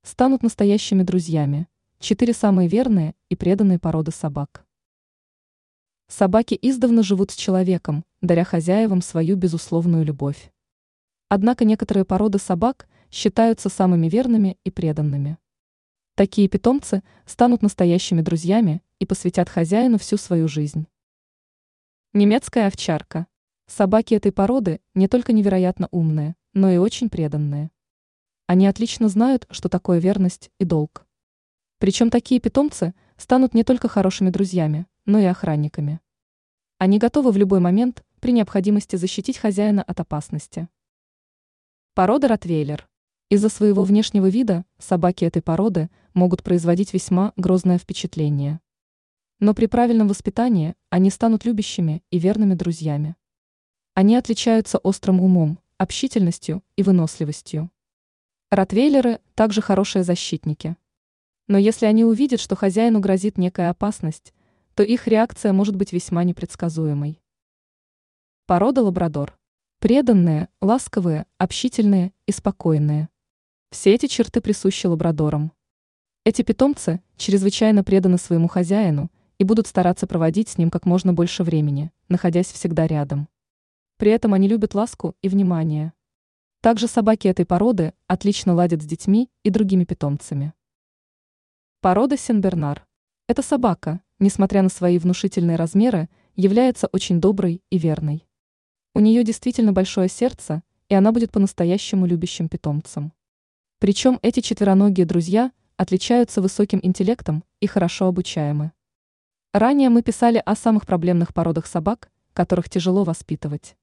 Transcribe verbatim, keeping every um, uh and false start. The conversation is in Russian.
станут настоящими друзьями. Четыре самые верные и преданные породы собак. Собаки издавна живут с человеком, даря хозяевам свою безусловную любовь. Однако некоторые породы собак считаются самыми верными и преданными. Такие питомцы станут настоящими друзьями и посвятят хозяину всю свою жизнь. Немецкая овчарка. Собаки этой породы не только невероятно умные, но и очень преданные. Они отлично знают, что такое верность и долг. Причем такие питомцы станут не только хорошими друзьями, но и охранниками. Они готовы в любой момент при необходимости защитить хозяина от опасности. Порода ротвейлер. Из-за своего внешнего вида собаки этой породы могут производить весьма грозное впечатление. Но при правильном воспитании они станут любящими и верными друзьями. Они отличаются острым умом, общительностью и выносливостью. Ротвейлеры также хорошие защитники. Но если они увидят, что хозяину грозит некая опасность, то их реакция может быть весьма непредсказуемой. Порода лабрадор. Преданные, ласковые, общительные и спокойные. Все эти черты присущи лабрадорам. Эти питомцы чрезвычайно преданы своему хозяину и будут стараться проводить с ним как можно больше времени, находясь всегда рядом. При этом они любят ласку и внимание. Также собаки этой породы отлично ладят с детьми и другими питомцами. Порода сенбернар. Эта собака, несмотря на свои внушительные размеры, является очень доброй и верной. У нее действительно большое сердце, и она будет по-настоящему любящим питомцем. Причем эти четвероногие друзья отличаются высоким интеллектом и хорошо обучаемы. Ранее мы писали о самых проблемных породах собак, которых тяжело воспитывать.